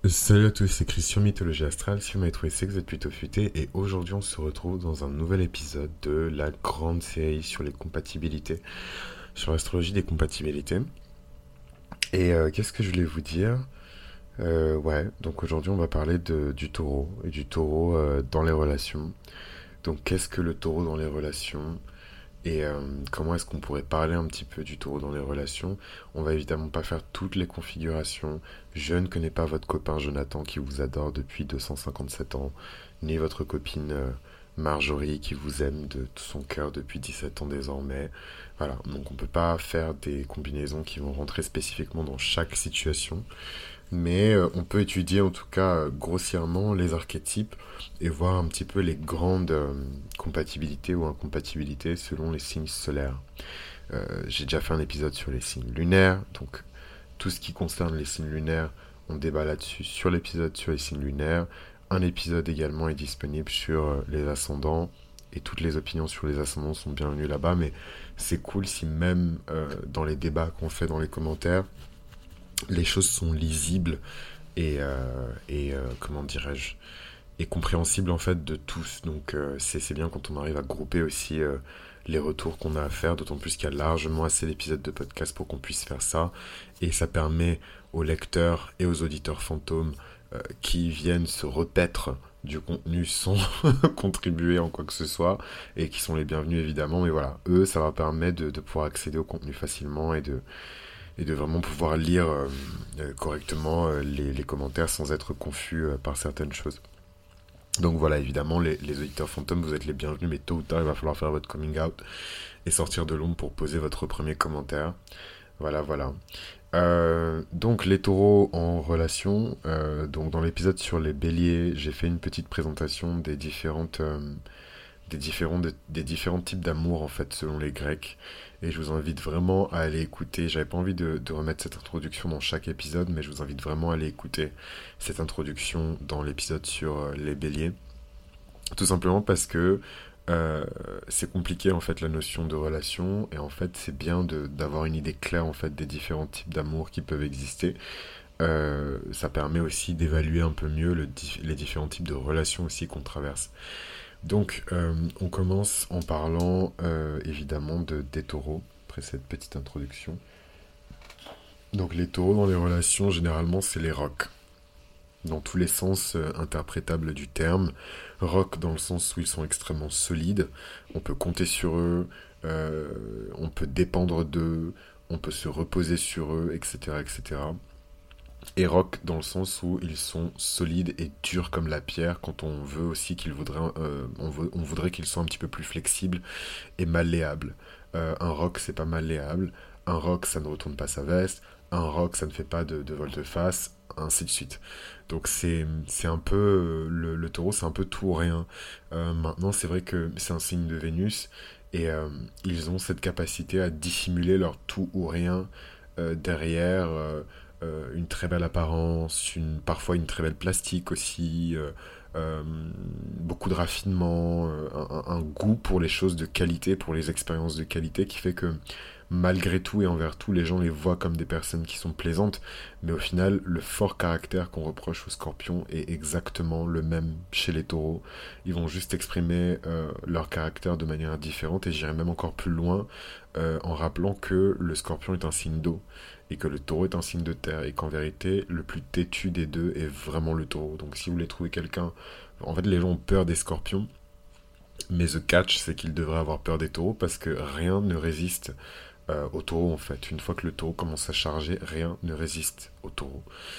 Salut à tous, c'est Christian Mythologie Astrale, si vous m'avez trouvé c'est que vous êtes plutôt futé et aujourd'hui on se retrouve dans un nouvel épisode de la grande série sur les compatibilités, sur l'astrologie des compatibilités. Et qu'est-ce que je voulais vous dire? Ouais, donc aujourd'hui on va parler du taureau et du taureau dans les relations. Donc qu'est-ce que le taureau dans les relations? Et comment est-ce qu'on pourrait parler un petit peu du taureau dans les relations? On va évidemment pas faire toutes les configurations. Je ne connais pas votre copain Jonathan qui vous adore depuis 257 ans, ni votre copine Marjorie qui vous aime de tout son cœur depuis 17 ans désormais. Voilà, donc on peut pas faire des combinaisons qui vont rentrer spécifiquement dans chaque situation. Mais on peut étudier en tout cas grossièrement les archétypes et voir un petit peu les grandes compatibilités ou incompatibilités selon les signes solaires. J'ai déjà fait un épisode sur les signes lunaires, donc tout ce qui concerne les signes lunaires, on débat là-dessus sur l'épisode sur les signes lunaires. Un épisode également est disponible sur les ascendants et toutes les opinions sur les ascendants sont bienvenues là-bas, mais c'est cool si même dans les débats qu'on fait dans les commentaires, les choses sont lisibles et comment dirais-je, et compréhensibles en fait de tous. Donc c'est bien quand on arrive à grouper aussi les retours qu'on a à faire, d'autant plus qu'il y a largement assez d'épisodes de podcast pour qu'on puisse faire ça. Et ça permet aux lecteurs et aux auditeurs fantômes qui viennent se repaître du contenu sans contribuer en quoi que ce soit, et qui sont les bienvenus évidemment, mais voilà, eux, ça leur permet de pouvoir accéder au contenu facilement et de vraiment pouvoir lire correctement les commentaires sans être confus par certaines choses. Donc voilà, évidemment, les auditeurs fantômes, vous êtes les bienvenus, mais tôt ou tard, il va falloir faire votre coming out et sortir de l'ombre pour poser votre premier commentaire. Voilà, voilà. Donc les taureaux en relation. Donc dans l'épisode sur les béliers, j'ai fait une petite présentation des différents types d'amour en fait selon les Grecs. Et je vous invite vraiment à aller écouter. J'avais pas envie de remettre cette introduction dans chaque épisode, mais je vous invite vraiment à aller écouter cette introduction dans l'épisode sur les béliers. Tout simplement parce que euh, c'est compliqué en fait la notion de relation et en fait c'est bien d'avoir une idée claire en fait des différents types d'amour qui peuvent exister. Ça permet aussi d'évaluer un peu mieux les différents types de relations aussi qu'on traverse. Donc, on commence en parlant évidemment des taureaux, après cette petite introduction. Donc, les taureaux dans les relations, généralement, c'est les rocs, dans tous les sens interprétables du terme. Rocs dans le sens où ils sont extrêmement solides, on peut compter sur eux, on peut dépendre d'eux, on peut se reposer sur eux, etc., etc. Et rock dans le sens où ils sont solides et durs comme la pierre quand on veut aussi on voudrait qu'ils soient un petit peu plus flexibles et malléables. Un rock c'est pas malléable, un rock ça ne retourne pas sa veste, un rock ça ne fait pas de volte-face, ainsi de suite. Donc c'est un peu le taureau c'est un peu tout ou rien. Maintenant c'est vrai que c'est un signe de Vénus et ils ont cette capacité à dissimuler leur tout ou rien derrière une très belle apparence, parfois une très belle plastique aussi, euh, beaucoup de raffinement, un goût pour les choses de qualité, pour les expériences de qualité qui fait que malgré tout et envers tout, les gens les voient comme des personnes qui sont plaisantes, mais au final, le fort caractère qu'on reproche aux scorpions est exactement le même chez les taureaux. Ils vont juste exprimer leur caractère de manière différente, et j'irai même encore plus loin en rappelant que le scorpion est un signe d'eau et que le taureau est un signe de terre et qu'en vérité le plus têtu des deux est vraiment le taureau. Donc si vous voulez trouver quelqu'un, en fait les gens ont peur des scorpions, mais the catch c'est qu'ils devraient avoir peur des taureaux parce que rien ne résiste au taureau en fait. Une fois que le taureau commence à charger, rien ne résiste au taureau.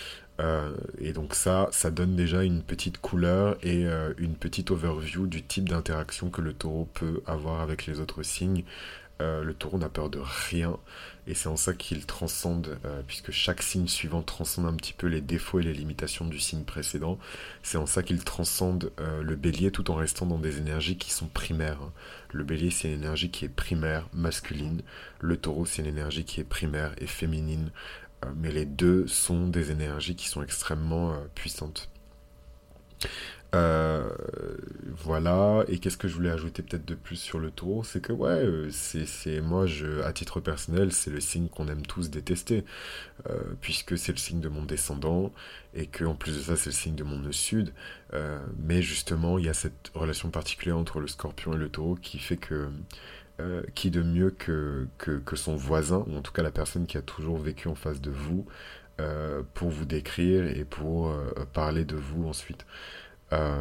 Et donc ça donne déjà une petite couleur et une petite overview du type d'interaction que le taureau peut avoir avec les autres signes. Le taureau n'a peur de rien et c'est en ça qu'il transcende, puisque chaque signe suivant transcende un petit peu les défauts et les limitations du signe précédent. C'est en ça qu'il transcende le bélier tout en restant dans des énergies qui sont primaires. Le bélier c'est une énergie qui est primaire, masculine. Le taureau c'est une énergie qui est primaire et féminine. Mais les deux sont des énergies qui sont extrêmement puissantes. Euh, voilà, et qu'est-ce que je voulais ajouter peut-être de plus sur le taureau? C'est que ouais, moi, à titre personnel, c'est le signe qu'on aime tous détester, puisque c'est le signe de mon descendant, et que en plus de ça, c'est le signe de mon nœud sud. Mais justement, il y a cette relation particulière entre le scorpion et le taureau qui fait que qui de mieux que son voisin, ou en tout cas la personne qui a toujours vécu en face de vous, pour vous décrire et pour parler de vous ensuite. Euh,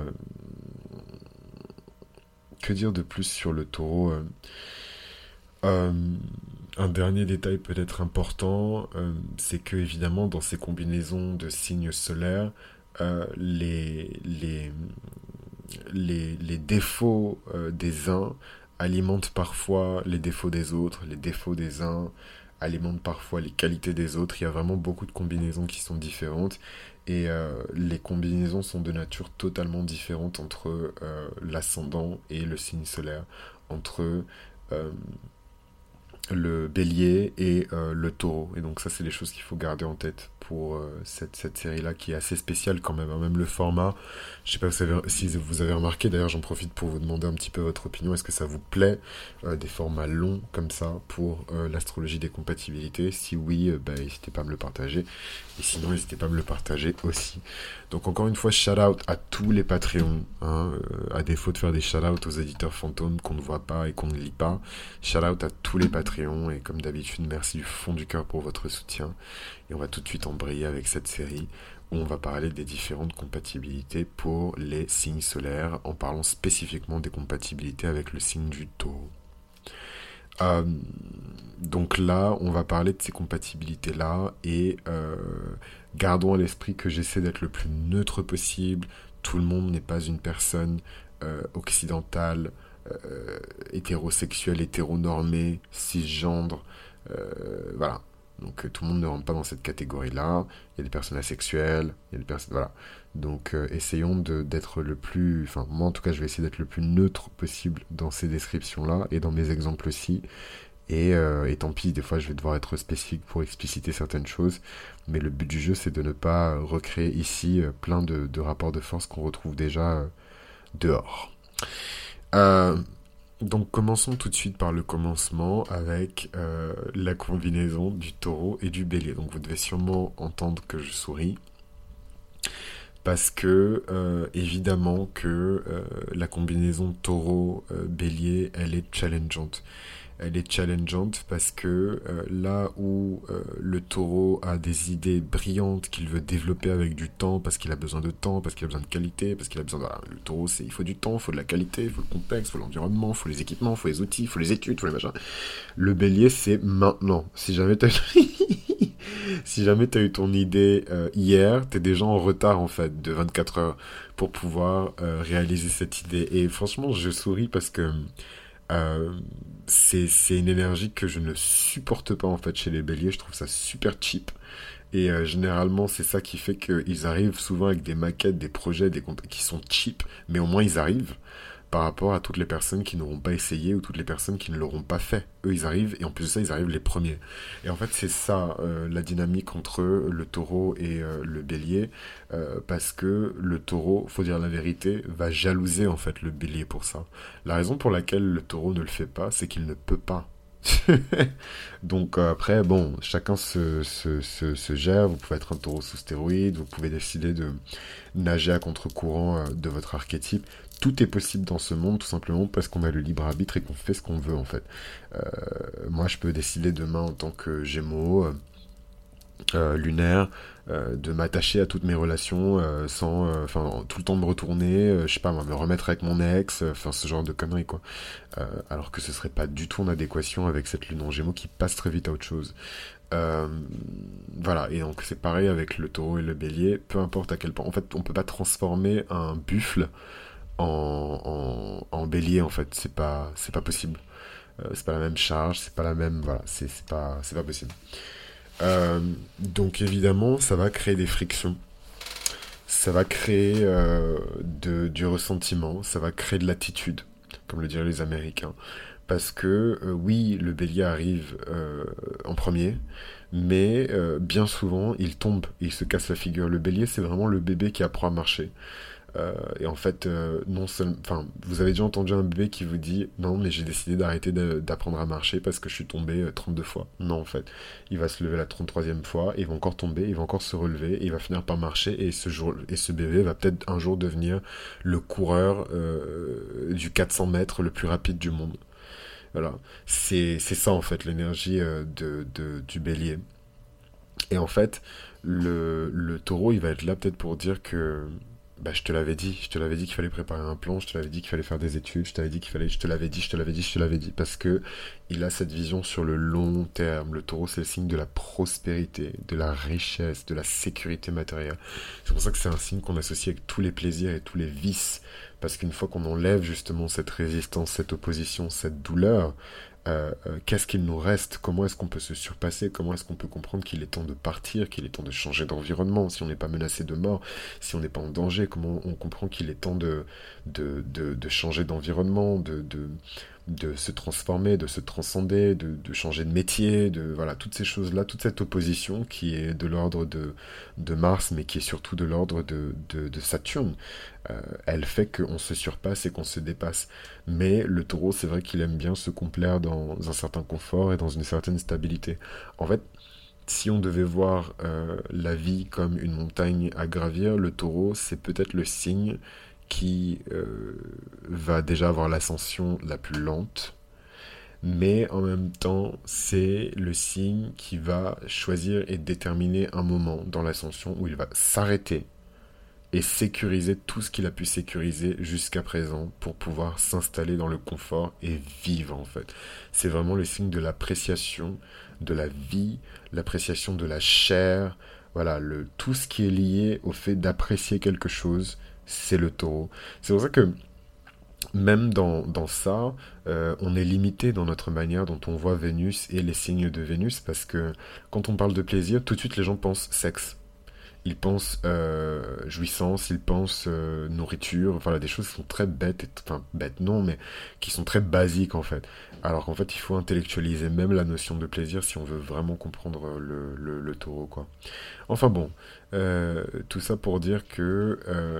que dire de plus sur le taureau? Euh, un dernier détail peut-être important, c'est que évidemment dans ces combinaisons de signes solaires, euh, les, les, les défauts des uns alimentent parfois les défauts des autres, les défauts des uns alimentent parfois les qualités des autres. Il y a vraiment beaucoup de combinaisons qui sont différentes et les combinaisons sont de nature totalement différente entre l'ascendant et le signe solaire, entre euh, le bélier et le taureau. Et donc ça, c'est des choses qu'il faut garder en tête pour cette série-là qui est assez spéciale quand même, hein. Même le format, je sais pas si vous avez remarqué, d'ailleurs j'en profite pour vous demander un petit peu votre opinion. Est-ce que ça vous plaît des formats longs comme ça pour l'astrologie des compatibilités? Si oui, bah, n'hésitez pas à me le partager. Et sinon, n'hésitez pas à me le partager aussi. Donc encore une fois, shout out à tous les Patreons, hein, à défaut de faire des shout out aux éditeurs fantômes qu'on ne voit pas et qu'on ne lit pas. Shout out à tous les Patreons et comme d'habitude, merci du fond du cœur pour votre soutien. Et on va tout de suite embrayer avec cette série où on va parler des différentes compatibilités pour les signes solaires en parlant spécifiquement des compatibilités avec le signe du taureau. Euh, donc là, on va parler de ces compatibilités-là et gardons à l'esprit que j'essaie d'être le plus neutre possible. Tout le monde n'est pas une personne occidentale, hétérosexuelle, hétéronormée, cisgendre. Voilà. Donc tout le monde ne rentre pas dans cette catégorie-là. Il y a des personnes asexuelles, il y a des personnes... Voilà. Donc essayons d'être le plus... Enfin, moi en tout cas, je vais essayer d'être le plus neutre possible dans ces descriptions-là et dans mes exemples aussi. Et tant pis, des fois je vais devoir être spécifique pour expliciter certaines choses, mais le but du jeu c'est de ne pas recréer ici plein de rapports de force qu'on retrouve déjà dehors. Euh, donc commençons tout de suite par le commencement avec la combinaison du taureau et du bélier. Donc vous devez sûrement entendre que je souris parce que évidemment que la combinaison taureau-bélier elle est challengeante. Elle est challengeante parce que là où le taureau a des idées brillantes qu'il veut développer avec du temps, parce qu'il a besoin de temps, parce qu'il a besoin de qualité, parce qu'il a besoin de... Voilà, le taureau, il faut du temps, il faut de la qualité, il faut le contexte, il faut l'environnement, il faut les équipements, il faut les outils, il faut les études, il faut les machins. Le bélier, c'est maintenant. Si jamais t'as... si jamais t'as eu ton idée hier, t'es déjà en retard en fait de 24 heures pour pouvoir réaliser cette idée. Et franchement, je souris parce que euh, c'est une énergie que je ne supporte pas en fait chez les béliers. Je trouve ça super cheap. Et généralement, c'est ça qui fait qu'ils arrivent souvent avec des maquettes, des projets, qui sont cheap, mais au moins ils arrivent par rapport à toutes les personnes qui n'auront pas essayé ou toutes les personnes qui ne l'auront pas fait. Eux, ils arrivent, et en plus de ça, ils arrivent les premiers. Et en fait, c'est ça, la dynamique entre le taureau et le bélier, parce que le taureau, faut dire la vérité, va jalouser en fait le bélier pour ça. La raison pour laquelle le taureau ne le fait pas, c'est qu'il ne peut pas. Donc après, bon, chacun se gère. Vous pouvez être un taureau sous stéroïdes, vous pouvez décider de nager à contre-courant de votre archétype. Tout est possible dans ce monde, tout simplement parce qu'on a le libre arbitre et qu'on fait ce qu'on veut, en fait. Euh, Moi, je peux décider demain, en tant que Gémeaux, lunaire, de m'attacher à toutes mes relations sans, enfin, tout le temps me retourner, je sais pas, moi, me remettre avec mon ex, enfin, ce genre de conneries, quoi. Alors que ce serait pas du tout en adéquation avec cette lune en Gémeaux qui passe très vite à autre chose. Euh, voilà, et donc c'est pareil avec le taureau et le bélier, peu importe à quel point. En fait, on peut pas transformer un buffle en bélier, en fait, c'est pas possible. C'est pas la même charge, c'est pas la même. Voilà, c'est pas possible. Donc évidemment, ça va créer des frictions. Ça va créer du ressentiment, ça va créer de l'attitude, comme le diraient les Américains. Parce que oui, le bélier arrive en premier, mais bien souvent, il tombe, il se casse la figure. Le bélier, c'est vraiment le bébé qui apprend à marcher. Et en fait, non seulement, enfin, vous avez déjà entendu un bébé qui vous dit non, mais j'ai décidé d'arrêter d'apprendre à marcher parce que je suis tombé 32 fois. Non, en fait, il va se lever la 33e fois, il va encore tomber, il va encore se relever, et il va finir par marcher. Et ce bébé va peut-être un jour devenir le coureur du 400 mètres le plus rapide du monde. Voilà, c'est ça en fait l'énergie du bélier. Et en fait, le taureau, il va être là peut-être pour dire que bah, je te l'avais dit qu'il fallait préparer un plan, je te l'avais dit qu'il fallait faire des études, je t'avais dit qu'il fallait, je te l'avais dit, je te l'avais dit, je te l'avais dit, parce que il a cette vision sur le long terme. Le taureau, c'est le signe de la prospérité, de la richesse, de la sécurité matérielle. C'est pour ça que c'est un signe qu'on associe avec tous les plaisirs et tous les vices, parce qu'une fois qu'on enlève justement cette résistance, cette opposition, cette douleur, qu'est-ce qu'il nous reste? Comment est-ce qu'on peut se surpasser? Comment est-ce qu'on peut comprendre qu'il est temps de partir, qu'il est temps de changer d'environnement, si on n'est pas menacé de mort, si on n'est pas en danger? Comment on comprend qu'il est temps de changer d'environnement, de se transformer, de se transcender, de changer de métier, de voilà, toutes ces choses-là, toute cette opposition qui est de l'ordre de Mars, mais qui est surtout de l'ordre de Saturne, elle fait qu'on se surpasse et qu'on se dépasse. Mais le taureau, c'est vrai qu'il aime bien se complaire dans un certain confort et dans une certaine stabilité. En fait, si on devait voir la vie comme une montagne à gravir, le taureau, c'est peut-être le signe qui va déjà avoir l'ascension la plus lente, mais en même temps, c'est le signe qui va choisir et déterminer un moment dans l'ascension où il va s'arrêter et sécuriser tout ce qu'il a pu sécuriser jusqu'à présent pour pouvoir s'installer dans le confort et vivre en fait. C'est vraiment le signe de l'appréciation de la vie, l'appréciation de la chair, voilà, tout ce qui est lié au fait d'apprécier quelque chose, c'est le taureau. C'est pour ça que même dans ça, on est limité dans notre manière dont on voit Vénus et les signes de Vénus, parce que quand on parle de plaisir, tout de suite les gens pensent sexe. Ils pensent jouissance, ils pensent nourriture, enfin là, des choses qui sont très bêtes, enfin bêtes non, mais qui sont très basiques en fait. Alors qu'en fait, il faut intellectualiser même la notion de plaisir si on veut vraiment comprendre le taureau, quoi. Enfin bon, tout ça pour dire que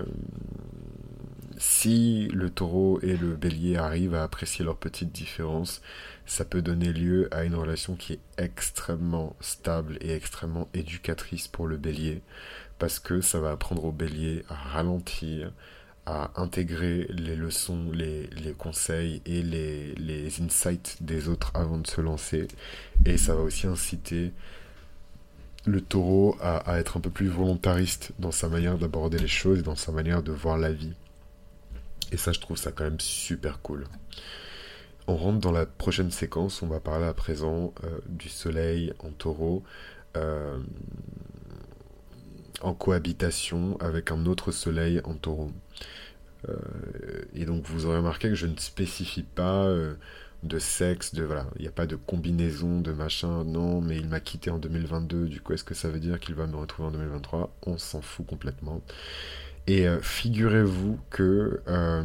si le taureau et le bélier arrivent à apprécier leurs petites différences, ça peut donner lieu à une relation qui est extrêmement stable et extrêmement éducatrice pour le bélier, parce que ça va apprendre au bélier à ralentir, à intégrer les leçons, les conseils et les insights des autres avant de se lancer, et ça va aussi inciter le taureau à être un peu plus volontariste dans sa manière d'aborder les choses et dans sa manière de voir la vie. Et ça, je trouve ça quand même super cool. On rentre dans la prochaine séquence, on va parler à présent du soleil en taureau, euh, en cohabitation avec un autre soleil en taureau. Euh, et donc vous aurez remarqué que je ne spécifie pas de sexe, de voilà, il n'y a pas de combinaison, de machin, non, mais il m'a quitté en 2022, du coup est-ce que ça veut dire qu'il va me retrouver en 2023? On s'en fout complètement. Et figurez-vous que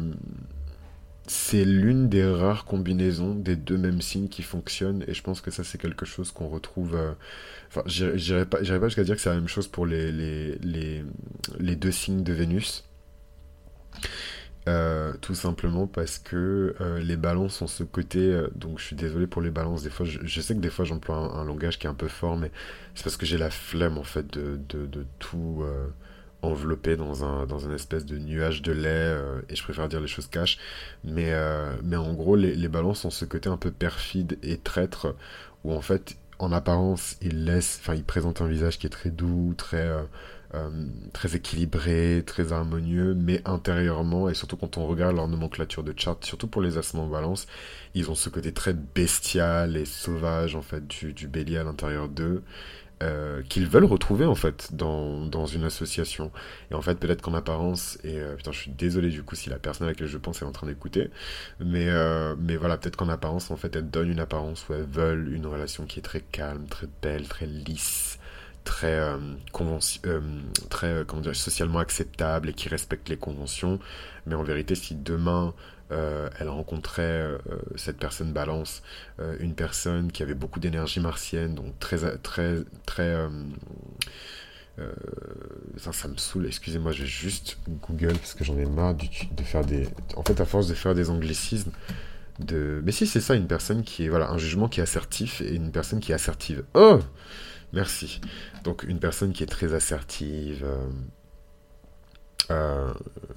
c'est l'une des rares combinaisons des deux mêmes signes qui fonctionnent, et je pense que ça c'est quelque chose qu'on retrouve. Enfin, j'irai pas jusqu'à dire que c'est la même chose pour les deux signes de Vénus. Tout simplement parce que les balances ont ce côté, donc je suis désolé pour les balances, des fois je sais que des fois j'emploie un langage qui est un peu fort, mais c'est parce que j'ai la flemme en fait de tout enveloppé dans un espèce de nuage de lait, et je préfère dire les choses cash, mais en gros les balances ont ce côté un peu perfide et traître, où en fait en apparence ils présentent un visage qui est très doux, très équilibré, très harmonieux, mais intérieurement, et surtout quand on regarde leur nomenclature de chart, surtout pour les ascendants balance, ils ont ce côté très bestial et sauvage en fait du bélier à l'intérieur d'eux, qu'ils veulent retrouver en fait dans une association. Et en fait peut-être qu'en apparence, et putain je suis désolé du coup si la personne à laquelle je pense est en train d'écouter, mais voilà, peut-être qu'en apparence en fait elles donnent une apparence où elles veulent une relation qui est très calme, très belle, très lisse, très très comment dire, socialement acceptable et qui respecte les conventions. Mais en vérité, si demain elle rencontrait cette personne balance, une personne qui avait beaucoup d'énergie martienne, donc très Euh, ça me saoule, excusez-moi, je vais juste Google parce que j'en ai marre de faire des... En fait, à force de faire des anglicismes, Mais si, c'est ça, une personne qui est... Voilà, un jugement qui est assertif et une personne qui est assertive. Oh! Merci. Donc, une personne qui est très assertive, euh,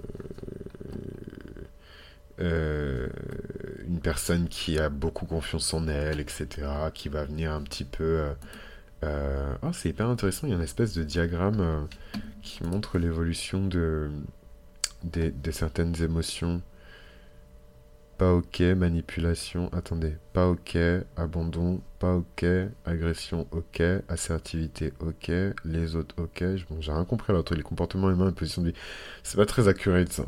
euh, une personne qui a beaucoup confiance en elle, etc., qui va venir un petit peu... Oh, c'est hyper intéressant, il y a une espèce de diagramme qui montre l'évolution de certaines émotions. Pas ok, manipulation, attendez, pas ok, abandon, pas ok, agression ok, assertivité ok, les autres ok. Bon, j'ai rien compris alors entre les comportements humains et position de vie. C'est pas très accurate ça.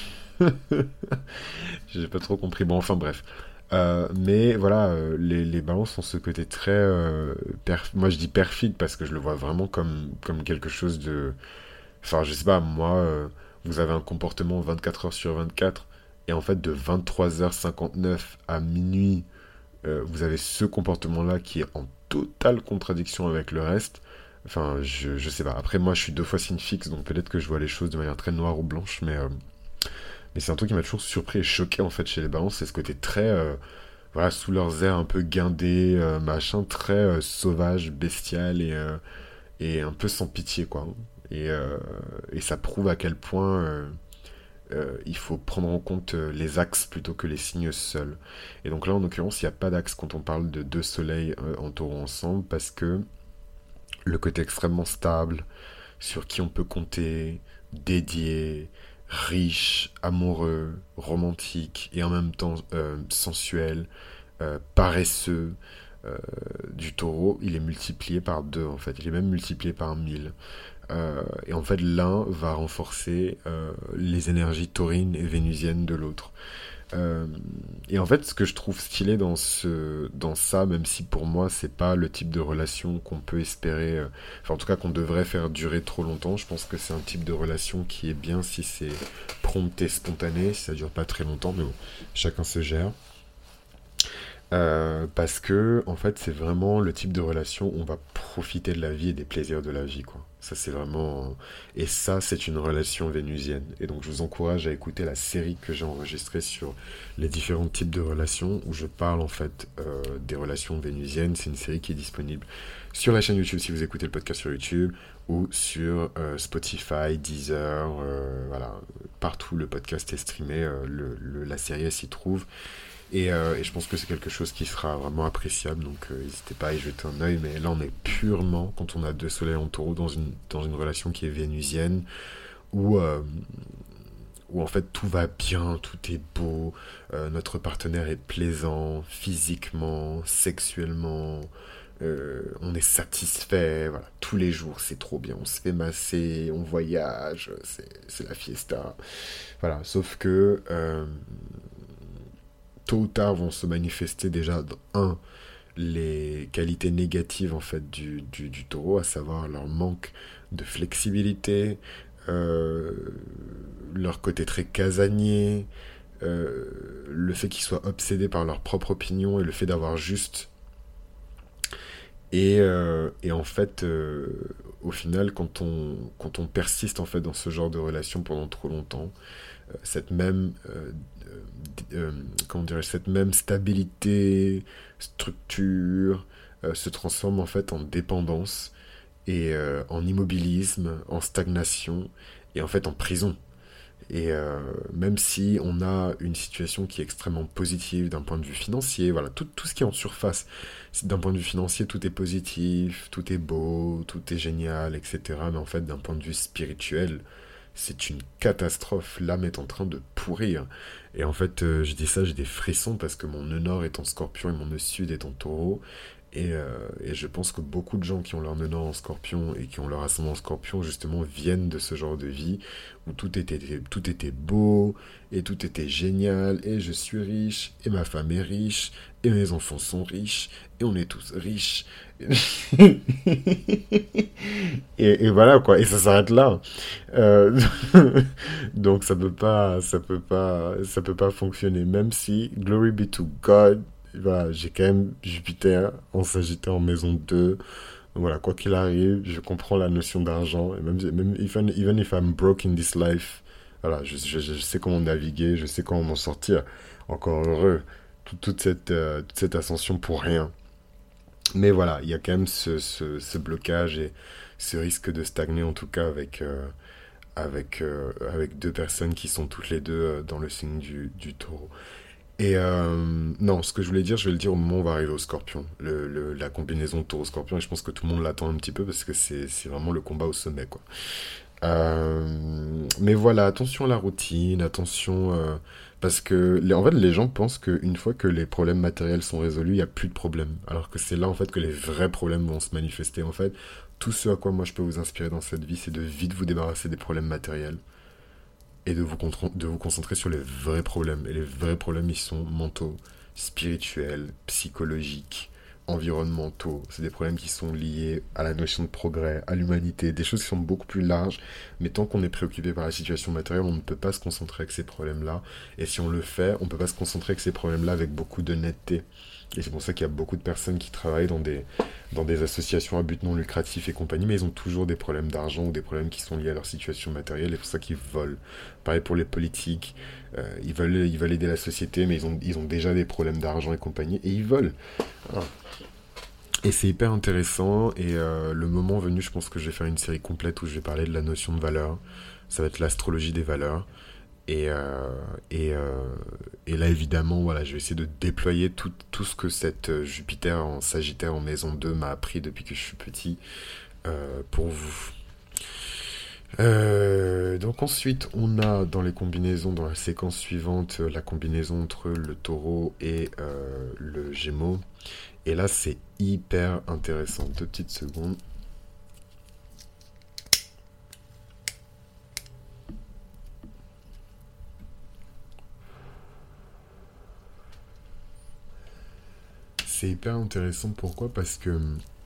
J'ai pas trop compris. Bon, enfin bref. Mais voilà, les balances ont ce côté très... moi je dis perfide parce que je le vois vraiment comme quelque chose de... Enfin, je sais pas, moi, vous avez un comportement 24 heures sur 24, et en fait, de 23h59 à minuit, vous avez ce comportement-là qui est en totale contradiction avec le reste. Enfin, je sais pas. Après, moi, je suis deux fois signe fixe, donc peut-être que je vois les choses de manière très noire ou blanche, mais c'est un truc qui m'a toujours surpris et choqué, en fait, chez les balances, c'est ce côté très... voilà, sous leurs airs un peu guindés, machin, très sauvage, bestial et un peu sans pitié, quoi. Et, euh, et ça prouve à quel point il faut prendre en compte les axes plutôt que les signes seuls. Et donc là, en l'occurrence, il n'y a pas d'axe quand on parle de deux soleils en taureau ensemble, parce que le côté extrêmement stable, sur qui on peut compter, dédié, riche, amoureux, romantique, et en même temps sensuel, paresseux, du taureau, il est multiplié par 2 en fait. Il est même multiplié par 1000. Et en fait, l'un va renforcer les énergies taurines et vénusiennes de l'autre. Euh, et en fait, ce que je trouve stylé dans ça, même si pour moi c'est pas le type de relation qu'on peut espérer, enfin en tout cas qu'on devrait faire durer trop longtemps, je pense que c'est un type de relation qui est bien si c'est prompt et spontané, si ça dure pas très longtemps, mais bon, chacun se gère. Parce que, en fait, c'est vraiment le type de relation où on va profiter de la vie et des plaisirs de la vie, quoi. Ça, c'est vraiment... Et ça, c'est une relation vénusienne. Et donc, je vous encourage à écouter la série que j'ai enregistrée sur les différents types de relations, où je parle, en fait, des relations vénusiennes. C'est une série qui est disponible sur la chaîne YouTube, si vous écoutez le podcast sur YouTube, ou sur Spotify, Deezer, voilà. Partout, le podcast est streamé, la série, elle s'y trouve. Et je pense que c'est quelque chose qui sera vraiment appréciable, donc n'hésitez pas à y jeter un œil. Mais là, on est purement, quand on a deux soleils en taureau, dans une relation qui est vénusienne, où, où en fait tout va bien, tout est beau, notre partenaire est plaisant, physiquement, sexuellement, on est satisfait, voilà, tous les jours c'est trop bien, on se fait masser, on voyage, c'est la fiesta. Voilà, sauf que tôt ou tard vont se manifester déjà, un, les qualités négatives en fait du taureau, à savoir leur manque de flexibilité, euh, leur côté très casanier, le fait qu'ils soient obsédés par leur propre opinion et le fait d'avoir juste. Et en fait, au final, quand on persiste en fait dans ce genre de relation pendant trop longtemps, cette même comment dirais cette même stabilité, structure, se transforme en fait en dépendance et en immobilisme, en stagnation et en fait en prison. Et même si on a une situation qui est extrêmement positive d'un point de vue financier, voilà, tout ce qui est en surface, d'un point de vue financier, tout est positif, tout est beau, tout est génial, etc. Mais en fait, d'un point de vue spirituel, c'est une catastrophe. L'âme est en train de pourrir. Et en fait, je dis ça, j'ai des frissons parce que mon nœud nord est en scorpion et mon nœud sud est en taureau. Et je pense que beaucoup de gens qui ont leur nœud nord en scorpion et qui ont leur ascendant en scorpion, justement, viennent de ce genre de vie où tout était beau et tout était génial. Et je suis riche, et ma femme est riche, et mes enfants sont riches, et on est tous riches. Et voilà quoi, et ça s'arrête là. Euh, donc ça peut pas fonctionner. Même si, glory be to God, voilà, j'ai quand même Jupiter en Sagittaire en maison 2. Voilà, quoi qu'il arrive, je comprends la notion d'argent. Et même even if I'm broke in this life, voilà, je sais comment naviguer, je sais comment m'en sortir. Encore heureux. Toute cette ascension pour rien. Mais voilà, il y a quand même ce blocage et ce risque de stagner, en tout cas, avec deux personnes qui sont toutes les deux dans le signe du taureau. Et non, ce que je voulais dire, je vais le dire au moment où on va arriver au scorpion. La combinaison taureau-scorpion, et je pense que tout le monde l'attend un petit peu parce que c'est vraiment le combat au sommet, quoi. Mais voilà, attention à la routine, attention. Parce que, en fait, les gens pensent qu'une fois que les problèmes matériels sont résolus, il n'y a plus de problèmes. Alors que c'est là, en fait, que les vrais problèmes vont se manifester. En fait, tout ce à quoi moi je peux vous inspirer dans cette vie, c'est de vite vous débarrasser des problèmes matériels et de vous concentrer sur les vrais problèmes. Et les vrais problèmes, ils sont mentaux, spirituels, psychologiques, environnementaux. C'est des problèmes qui sont liés à la notion de progrès, à l'humanité, des choses qui sont beaucoup plus larges. Mais tant qu'on est préoccupé par la situation matérielle, on ne peut pas se concentrer avec ces problèmes-là. Et si on le fait, on ne peut pas se concentrer avec ces problèmes-là avec beaucoup d'honnêteté. Et c'est pour ça qu'il y a beaucoup de personnes qui travaillent dans des associations à but non lucratif et compagnie, mais ils ont toujours des problèmes d'argent ou des problèmes qui sont liés à leur situation matérielle, et c'est pour ça qu'ils volent. Pareil pour les politiques, ils veulent aider la société, mais ils ont déjà des problèmes d'argent et compagnie, et ils volent. Ah. Et c'est hyper intéressant, et le moment venu, je pense que je vais faire une série complète où je vais parler de la notion de valeur. Ça va être l'astrologie des valeurs. Et, euh, et, euh, et là, évidemment, voilà, je vais essayer de déployer tout ce que cette Jupiter en Sagittaire en maison 2 m'a appris depuis que je suis petit pour vous. Donc ensuite, on a dans les combinaisons, dans la séquence suivante, la combinaison entre le taureau et le gémeaux. Et là, c'est hyper intéressant. Deux petites secondes. C'est hyper intéressant. Pourquoi? Parce que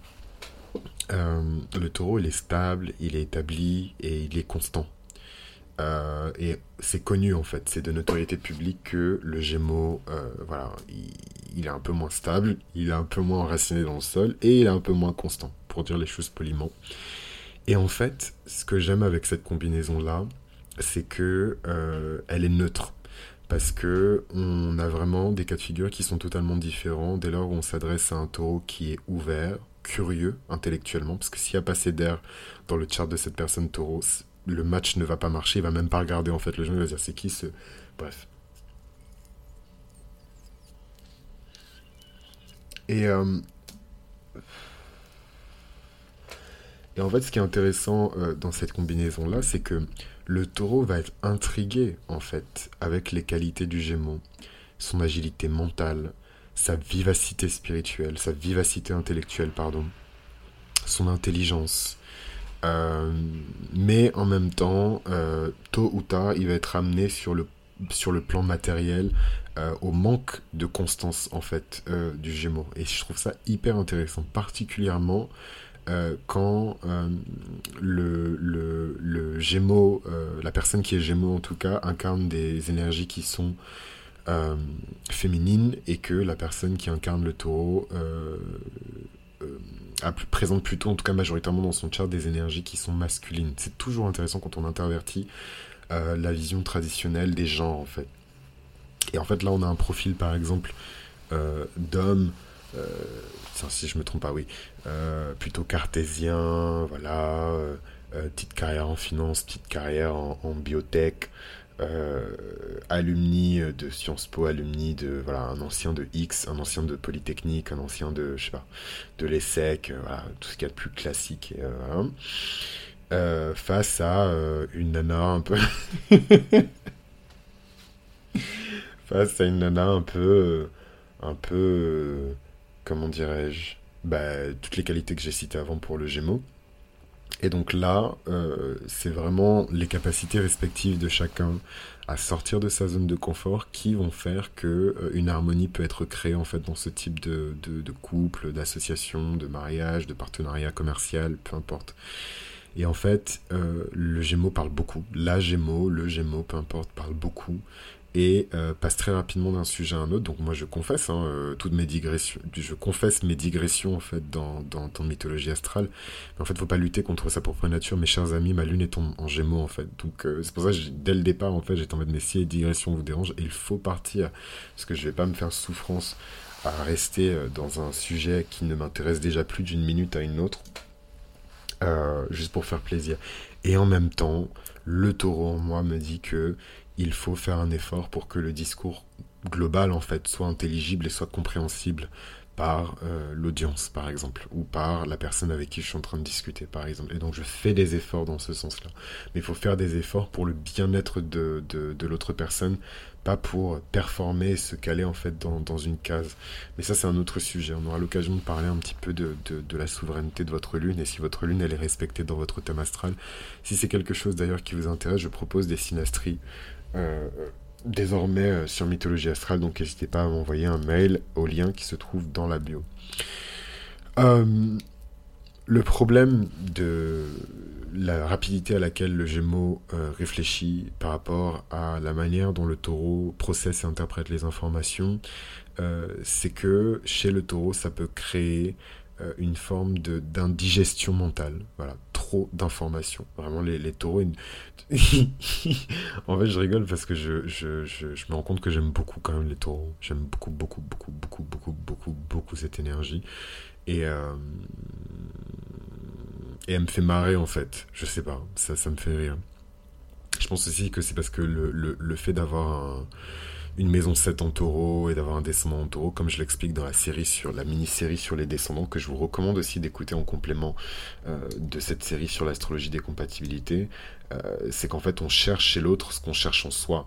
le taureau, il est stable, il est établi et il est constant. Et c'est connu en fait, c'est de notoriété publique que le Gémeaux, voilà, il est un peu moins stable, il est un peu moins enraciné dans le sol et il est un peu moins constant, pour dire les choses poliment. Et en fait, ce que j'aime avec cette combinaison-là, c'est que elle est neutre. Parce que on a vraiment des cas de figure qui sont totalement différents dès lors où on s'adresse à un taureau qui est ouvert, curieux intellectuellement, parce que s'il y a pas assez d'air dans le chart de cette personne taureau, le match ne va pas marcher, il va même pas regarder en fait le jeu, il va dire c'est qui ce... Bref. Et, euh, et en fait, ce qui est intéressant dans cette combinaison-là, c'est que le taureau va être intrigué en fait avec les qualités du gémeau, son agilité mentale, sa vivacité spirituelle, sa vivacité intellectuelle, pardon, son intelligence. Euh, mais en même temps, tôt ou tard, il va être amené sur le plan matériel au manque de constance en fait du Gémeaux. Et je trouve ça hyper intéressant, particulièrement quand le Gémeaux, la personne qui est Gémeaux en tout cas, incarne des énergies qui sont euh, féminines et que la personne qui incarne le taureau présente plutôt, en tout cas majoritairement dans son chart, des énergies qui sont masculines. C'est toujours intéressant quand on intervertit la vision traditionnelle des genres en fait. Et en fait là on a un profil par exemple d'homme, euh, si je me trompe pas, oui, plutôt cartésien, voilà, petite carrière en finance, petite carrière en biotech, euh, alumni de Sciences Po, alumni de, voilà, un ancien de X, un ancien de Polytechnique, un ancien de, je sais pas, de l'ESSEC, voilà, tout ce qu'il y a de plus classique, voilà. Face à une nana un peu, face à une nana un peu, comment dirais-je, bah, toutes les qualités que j'ai citées avant pour le Gémeaux. Et donc là, c'est vraiment les capacités respectives de chacun à sortir de sa zone de confort qui vont faire que une harmonie peut être créée en fait dans ce type de couple, d'association, de mariage, de partenariat commercial, peu importe. Et en fait, le Gémeaux parle beaucoup. La Gémeaux, le Gémeaux, peu importe, parle beaucoup. et passe très rapidement d'un sujet à un autre. Donc moi je confesse toutes mes digressions, je confesse mes digressions en fait dans mythologie astrale. Mais en fait, faut pas lutter contre sa propre nature, mes chers amis. Ma lune est en Gémeaux en fait, donc c'est pour ça que dès le départ en fait, j'étais en mode mais si les digressions vous dérangent, il faut partir parce que je vais pas me faire souffrance à rester dans un sujet qui ne m'intéresse déjà plus d'une minute à une autre, juste pour faire plaisir. Et en même temps, le taureau en moi me dit que il faut faire un effort pour que le discours global en fait soit intelligible et soit compréhensible par l'audience par exemple ou par la personne avec qui je suis en train de discuter par exemple, et donc je fais des efforts dans ce sens là, mais il faut faire des efforts pour le bien-être de l'autre personne, pas pour performer et se caler en fait dans une case. Mais ça c'est un autre sujet, on aura l'occasion de parler un petit peu de la souveraineté de votre lune et si votre lune elle est respectée dans votre thème astral. Si c'est quelque chose d'ailleurs qui vous intéresse, je propose des synastries euh, désormais sur Mythologie Astrale, donc n'hésitez pas à m'envoyer un mail au lien qui se trouve dans la bio. Euh, le problème de la rapidité à laquelle le Gémeaux réfléchit par rapport à la manière dont le Taureau processe et interprète les informations, c'est que chez le Taureau, ça peut créer une forme d'indigestion mentale. Voilà, trop d'informations. Vraiment, les taureaux. En fait, je rigole parce que je me rends compte que j'aime beaucoup quand même les taureaux. J'aime beaucoup, beaucoup, beaucoup, beaucoup, beaucoup, beaucoup, beaucoup cette énergie. Et, euh, et elle me fait marrer en fait. Je sais pas, ça me fait rire. Je pense aussi que c'est parce que le fait d'avoir une maison 7 en taureau et d'avoir un descendant en taureau, comme je l'explique dans la mini-série sur les descendants, que je vous recommande aussi d'écouter en complément de cette série sur l'astrologie des compatibilités, c'est qu'en fait on cherche chez l'autre ce qu'on cherche en soi.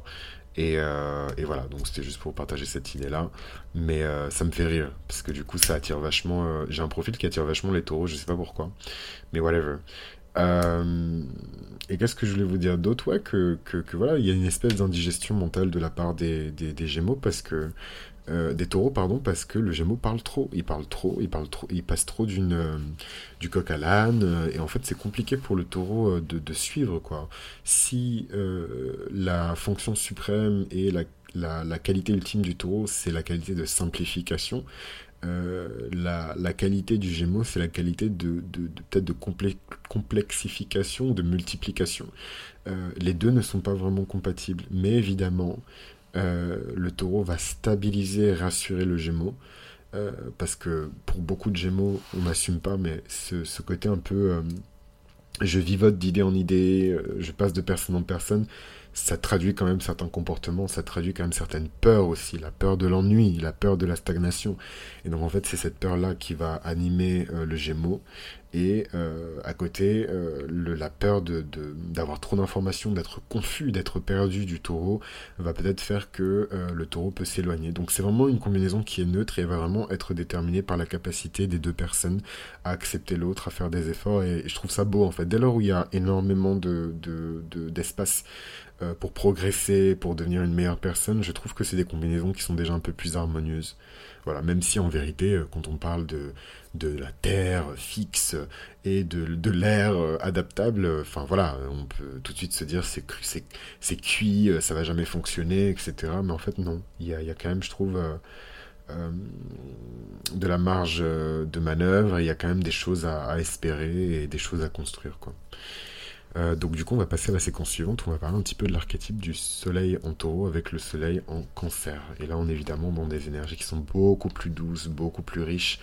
Et voilà, donc c'était juste pour partager cette idée-là. Mais ça me fait rire, parce que du coup ça attire vachement... j'ai un profil qui attire vachement les taureaux, je sais pas pourquoi. Mais whatever. Euh, et qu'est-ce que je voulais vous dire d'autre? Ouais, que voilà, il y a une espèce d'indigestion mentale de la part des Gémeaux parce que des Taureaux, pardon, parce que le Gémeaux parle trop, il parle trop, il parle trop, il passe trop du coq à l'âne, et en fait c'est compliqué pour le Taureau de suivre quoi. Si la fonction suprême et la qualité ultime du Taureau, c'est la qualité de simplification, la qualité du Gémeaux, c'est la qualité peut-être de complexification, de multiplication. Les deux ne sont pas vraiment compatibles, mais évidemment, le Taureau va stabiliser et rassurer le Gémeaux, parce que pour beaucoup de Gémeaux, on n'assume pas, mais ce côté un peu je vivote d'idée en idée, je passe de personne en personne, ça traduit quand même certains comportements, ça traduit quand même certaines peurs aussi, la peur de l'ennui, la peur de la stagnation. Et donc en fait c'est cette peur-là qui va animer le Gémeaux. Et à côté, la peur d'avoir trop d'informations, d'être confus, d'être perdu du taureau, va peut-être faire que le taureau peut s'éloigner. Donc c'est vraiment une combinaison qui est neutre et va vraiment être déterminée par la capacité des deux personnes à accepter l'autre, à faire des efforts. Et je trouve ça beau en fait. Dès lors où il y a énormément d'espace pour progresser, pour devenir une meilleure personne, je trouve que c'est des combinaisons qui sont déjà un peu plus harmonieuses. Voilà, même si en vérité, quand on parle de la terre fixe et de l'air adaptable, enfin voilà, on peut tout de suite se dire c'est cuit, ça va jamais fonctionner, etc. Mais en fait non, il y a quand même, je trouve, euh, de la marge de manœuvre, il y a quand même des choses à espérer et des choses à construire, quoi. Donc du coup, on va passer à la séquence suivante. On va parler un petit peu de l'archétype du soleil en taureau avec le soleil en cancer. Et là, on est évidemment dans des énergies qui sont beaucoup plus douces, beaucoup plus riches.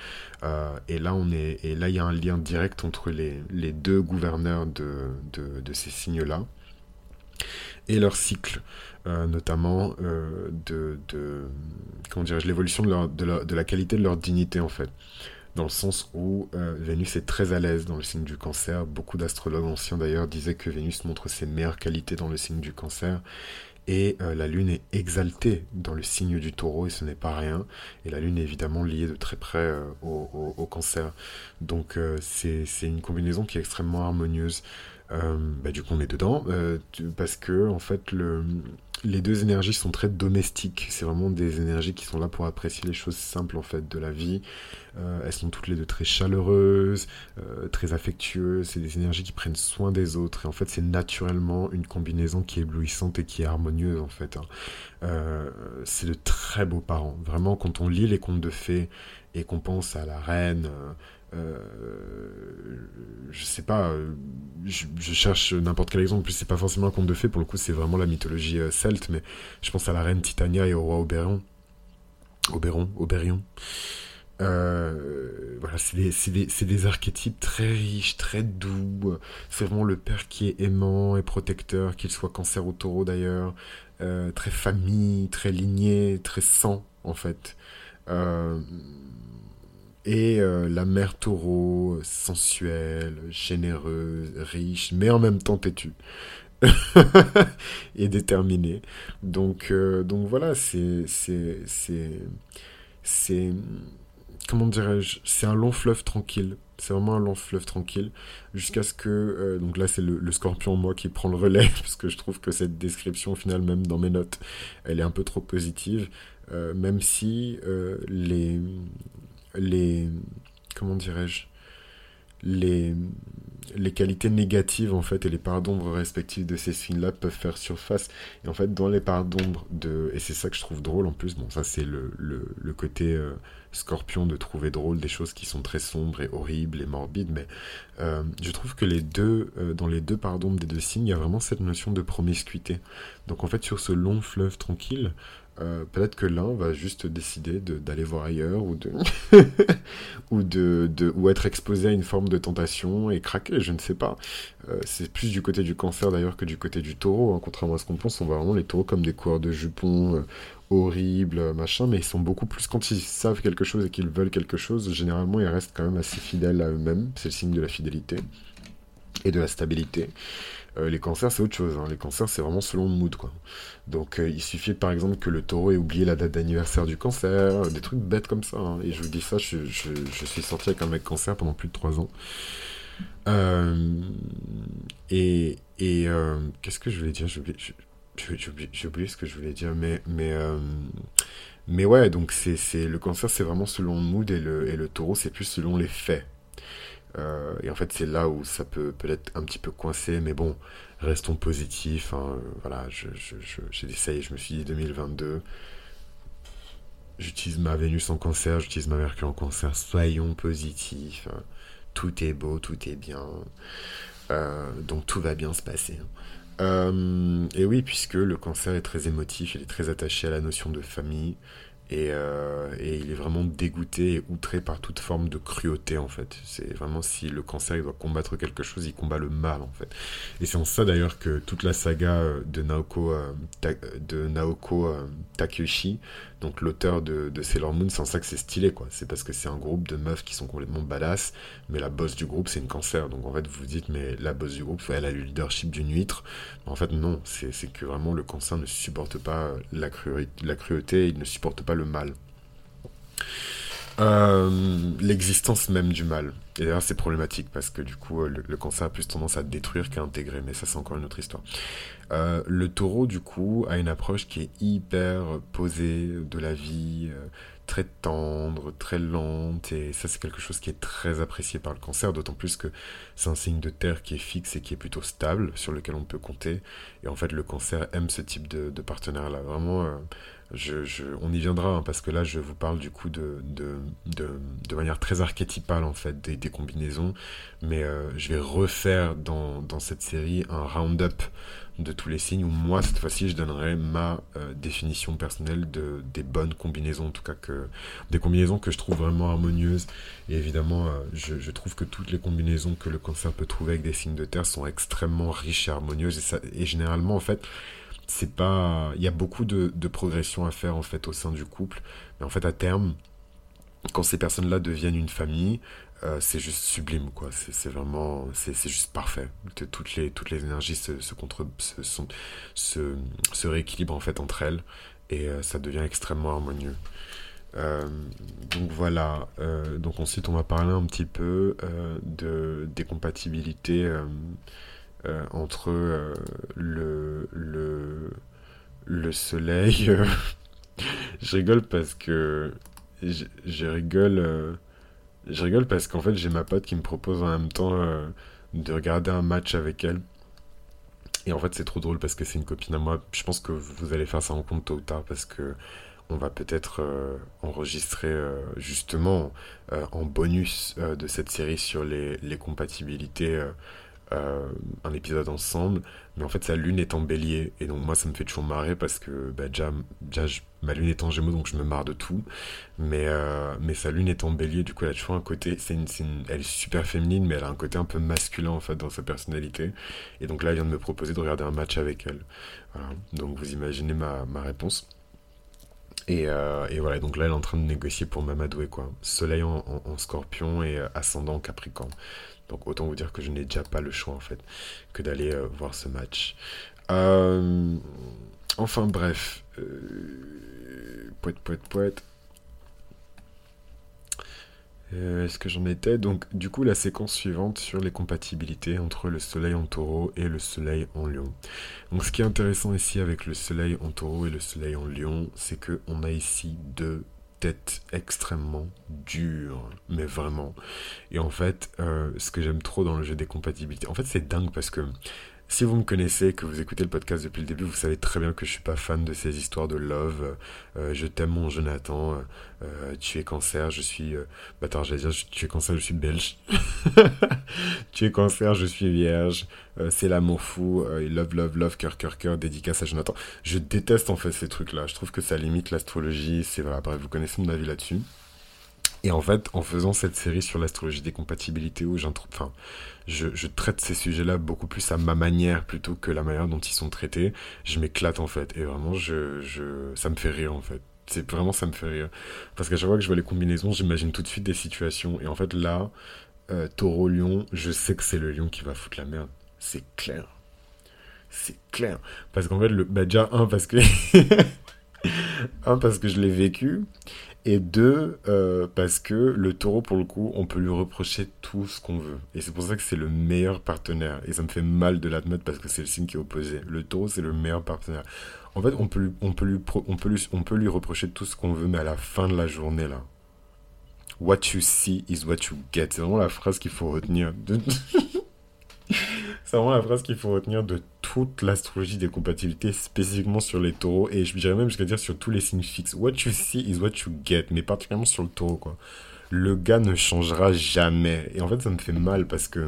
Et là, il y a un lien direct entre les deux gouverneurs de ces signes-là et leur cycle, notamment comment dirais-je, l'évolution de la qualité de leur dignité en fait, dans le sens où Vénus est très à l'aise dans le signe du cancer. Beaucoup d'astrologues anciens d'ailleurs disaient que Vénus montre ses meilleures qualités dans le signe du cancer, et la Lune est exaltée dans le signe du taureau, et ce n'est pas rien, et la Lune est évidemment liée de très près au cancer. Donc c'est une combinaison qui est extrêmement harmonieuse. Du coup on est dedans, parce que en fait les deux énergies sont très domestiques. C'est vraiment des énergies qui sont là pour apprécier les choses simples en fait de la vie. Elles sont toutes les deux très chaleureuses, très affectueuses. C'est des énergies qui prennent soin des autres. Et en fait, c'est naturellement une combinaison qui est éblouissante et qui est harmonieuse en fait, hein. C'est de très beaux parents. Vraiment, quand on lit les contes de fées et qu'on pense à la reine, je sais pas, je cherche n'importe quel exemple. En plus, c'est pas forcément un conte de fées, pour le coup, c'est vraiment la mythologie celte, mais je pense à la reine Titania et au roi Obérion. Voilà, c'est des archétypes très riches, très doux. C'est vraiment le père qui est aimant et protecteur, qu'il soit cancer ou taureau d'ailleurs. Très famille, très lignée, très sang, en fait. Euh, la mère taureau, sensuelle, généreuse, riche, mais en même temps têtue. Et déterminée. Donc voilà, c'est, comment dirais-je, c'est un long fleuve tranquille. C'est vraiment un long fleuve tranquille. Jusqu'à ce que, donc là c'est le scorpion en moi qui prend le relais, parce que je trouve que cette description, au final, même dans mes notes, elle est un peu trop positive. Même si les, comment dirais-je, les, les qualités négatives en fait et les parts d'ombre respectives de ces signes-là peuvent faire surface. Et en fait, dans les parts d'ombre et c'est ça que je trouve drôle en plus, bon, ça c'est le côté scorpion de trouver drôle des choses qui sont très sombres et horribles et morbides, mais je trouve que dans les deux parts d'ombre des deux signes, il y a vraiment cette notion de promiscuité. Donc en fait, sur ce long fleuve tranquille, peut-être que l'un va juste décider d'aller voir ailleurs ou être exposé à une forme de tentation et craquer, je ne sais pas. C'est plus du côté du cancer d'ailleurs que du côté du taureau, hein. Contrairement à ce qu'on pense, on voit vraiment les taureaux comme des coureurs de jupons horribles, machin, mais ils sont beaucoup plus, quand ils savent quelque chose et qu'ils veulent quelque chose, généralement ils restent quand même assez fidèles à eux-mêmes. C'est le signe de la fidélité et de la stabilité. Les cancers, c'est autre chose, hein. Les cancers, c'est vraiment selon le mood, quoi. Donc, il suffit, par exemple, que le taureau ait oublié la date d'anniversaire du cancer, des trucs bêtes comme ça, hein. Et je vous dis ça, je suis sorti avec un mec cancer pendant plus de 3 ans. Euh, Qu'est-ce que je voulais dire? J'ai oublié ce que je voulais dire, mais ouais, donc le cancer, c'est vraiment selon le mood et le taureau, c'est plus selon les faits. Et en fait, c'est là où ça peut être un petit peu coincé, mais bon, restons positifs, hein. Voilà, j'ai dit ça y est, je me suis dit 2022, j'utilise ma Vénus en cancer, j'utilise ma Mercure en cancer, soyons positifs, hein. Tout est beau, tout est bien, donc tout va bien se passer, hein. Et oui, puisque le cancer est très émotif, il est très attaché à la notion de famille, et il est vraiment dégoûté et outré par toute forme de cruauté en fait. C'est vraiment si le cancer il doit combattre quelque chose, il combat le mal en fait. Et c'est en ça d'ailleurs que toute la saga de Naoko Takeuchi, donc l'auteur de Sailor Moon, c'est en ça que c'est stylé quoi. C'est parce que c'est un groupe de meufs qui sont complètement badass, mais la boss du groupe c'est une cancer. Donc en fait vous vous dites mais la boss du groupe elle a le leadership d'une huître. En fait non, c'est que vraiment le cancer ne supporte pas la cruauté, il ne supporte pas le mal. L'existence même du mal. Et d'ailleurs, c'est problématique parce que du coup, le cancer a plus tendance à détruire qu'à intégrer, mais ça, c'est encore une autre histoire. Le taureau, du coup, a une approche qui est hyper posée de la vie, très tendre, très lente, et ça, c'est quelque chose qui est très apprécié par le cancer, d'autant plus que c'est un signe de terre qui est fixe et qui est plutôt stable, sur lequel on peut compter. Et en fait, le cancer aime ce type de partenaire-là. Vraiment, on y viendra, hein, parce que là, je vous parle du coup de manière très archétypale, en fait, des combinaisons, mais je vais refaire dans cette série un round-up de tous les signes où moi cette fois-ci je donnerai ma définition personnelle des bonnes combinaisons, en tout cas des combinaisons que je trouve vraiment harmonieuses. Et évidemment je trouve que toutes les combinaisons que le cancer peut trouver avec des signes de terre sont extrêmement riches et harmonieuses, et généralement en fait c'est pas, il y a beaucoup de progression à faire en fait au sein du couple, mais en fait à terme quand ces personnes-là deviennent une famille, c'est juste sublime, quoi. C'est vraiment, c'est juste parfait. Toutes les énergies se rééquilibrent en fait entre elles, et ça devient extrêmement harmonieux. Euh, donc voilà. Donc ensuite, on va parler un petit peu des compatibilités entre le soleil, je rigole parce que... je rigole... je rigole parce qu'en fait, j'ai ma pote qui me propose en même temps de regarder un match avec elle. Et en fait, c'est trop drôle parce que c'est une copine à moi. Je pense que vous allez faire ça en compte tôt ou tard parce que on va peut-être enregistrer justement en bonus de cette série sur les compatibilités un épisode ensemble. Mais en fait, sa lune est en bélier. Et donc, moi, ça me fait toujours marrer parce que bah, ma lune est en gémeaux, donc je me marre de tout. Mais sa lune est en bélier, du coup, elle a toujours un côté. Elle est super féminine, mais elle a un côté un peu masculin, en fait, dans sa personnalité. Et donc là, elle vient de me proposer de regarder un match avec elle. Voilà. Donc, vous imaginez ma réponse. Et voilà, donc là, elle est en train de négocier pour m'amadouer, quoi. Soleil en scorpion et ascendant en capricorne. Donc autant vous dire que je n'ai déjà pas le choix, en fait, que d'aller voir ce match. Euh, enfin bref. Poète, poète, poète. Est-ce que j'en étais? Donc du coup, la séquence suivante sur les compatibilités entre le soleil en taureau et le soleil en lion. Donc ce qui est intéressant ici avec le soleil en taureau et le soleil en lion, c'est que on a ici deux têtes extrêmement dures, mais vraiment. Et en fait, ce que j'aime trop dans le jeu des compatibilités, en fait c'est dingue parce que si vous me connaissez, que vous écoutez le podcast depuis le début, vous savez très bien que je suis pas fan de ces histoires de love. Je t'aime mon Jonathan. Tu es cancer, je suis... Attends, j'allais dire, tu es cancer, je suis belge. Tu es cancer, je suis vierge. C'est l'amour fou. Love, love, love, cœur, cœur, cœur, dédicace à Jonathan. Je déteste en fait ces trucs-là. Je trouve que ça limite l'astrologie. C'est voilà, bref, vous connaissez mon avis là-dessus. Et en fait, en faisant cette série sur l'astrologie des compatibilités, où je traite ces sujets-là beaucoup plus à ma manière plutôt que la manière dont ils sont traités, je m'éclate en fait. Et vraiment, ça me fait rire en fait. C'est vraiment, ça me fait rire. Parce qu'à chaque fois que je vois les combinaisons, j'imagine tout de suite des situations. Et en fait, là, taureau-lion, je sais que c'est le lion qui va foutre la merde. C'est clair. C'est clair. Parce qu'en fait, bah déjà, parce que je l'ai vécu. Et deux, parce que le taureau, pour le coup, on peut lui reprocher tout ce qu'on veut. Et c'est pour ça que c'est le meilleur partenaire. Et ça me fait mal de l'admettre parce que c'est le signe qui est opposé. Le taureau, c'est le meilleur partenaire. En fait, on peut lui reprocher tout ce qu'on veut, mais à la fin de la journée, là, what you see is what you get. C'est vraiment la phrase qu'il faut retenir. C'est vraiment la phrase qu'il faut retenir de toute l'astrologie des compatibilités, spécifiquement sur les taureaux, et je dirais même jusqu'à dire sur tous les signes fixes. What you see is what you get, mais particulièrement sur le taureau, quoi. Le gars ne changera jamais. Et en fait, ça me fait mal parce que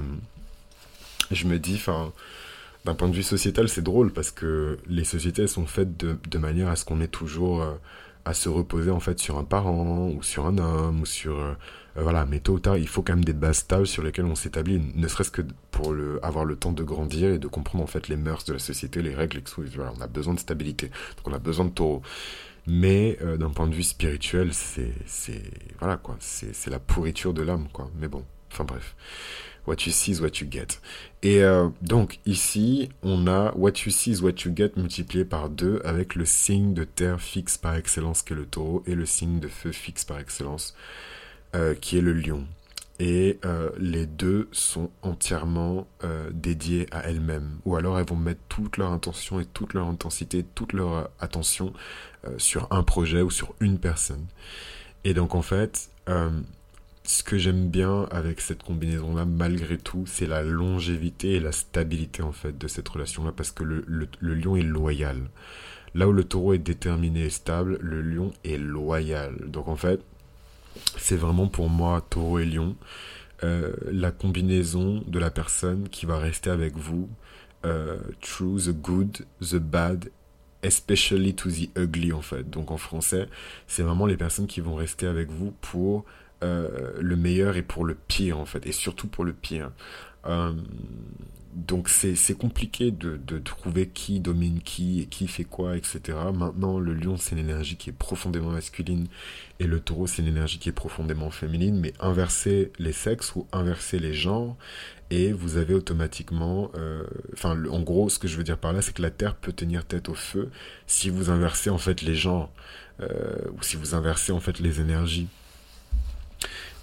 je me dis, enfin, d'un point de vue sociétal, c'est drôle parce que les sociétés elles sont faites de manière à ce qu'on ait toujours à se reposer en fait sur un parent ou sur un homme ou sur voilà, mais tôt ou tard, il faut quand même des bases stables sur lesquelles on s'établit, ne serait-ce que pour avoir le temps de grandir et de comprendre en fait les mœurs de la société, les règles, et tout. Voilà, on a besoin de stabilité, donc on a besoin de taureau. Mais d'un point de vue spirituel, voilà quoi, c'est la pourriture de l'âme quoi. Mais bon, enfin bref. What you see is what you get. Et donc ici, on a what you see is what you get multiplié par 2 avec le signe de terre fixe par excellence qui est le taureau et le signe de feu fixe par excellence qui est le lion. Et les deux sont entièrement dédiées à elles-mêmes. Ou alors elles vont mettre toute leur intention et toute leur intensité, toute leur attention sur un projet ou sur une personne. Et donc en fait, ce que j'aime bien avec cette combinaison-là, malgré tout, c'est la longévité et la stabilité en fait de cette relation-là, parce que le lion est loyal. Là où le taureau est déterminé et stable, le lion est loyal. Donc en fait, c'est vraiment pour moi, taureau et lion, la combinaison de la personne qui va rester avec vous through the good, the bad, especially to the ugly en fait. Donc en français, c'est vraiment les personnes qui vont rester avec vous pour le meilleur et pour le pire en fait, et surtout pour le pire. Euh, donc c'est compliqué de trouver qui domine qui et qui fait quoi, etc. Maintenant, le lion, c'est une énergie qui est profondément masculine et le taureau, c'est une énergie qui est profondément féminine, mais inverser les sexes ou inverser les genres et vous avez automatiquement... en gros, ce que je veux dire par là, c'est que la Terre peut tenir tête au feu si vous inversez en fait les genres ou si vous inversez en fait les énergies.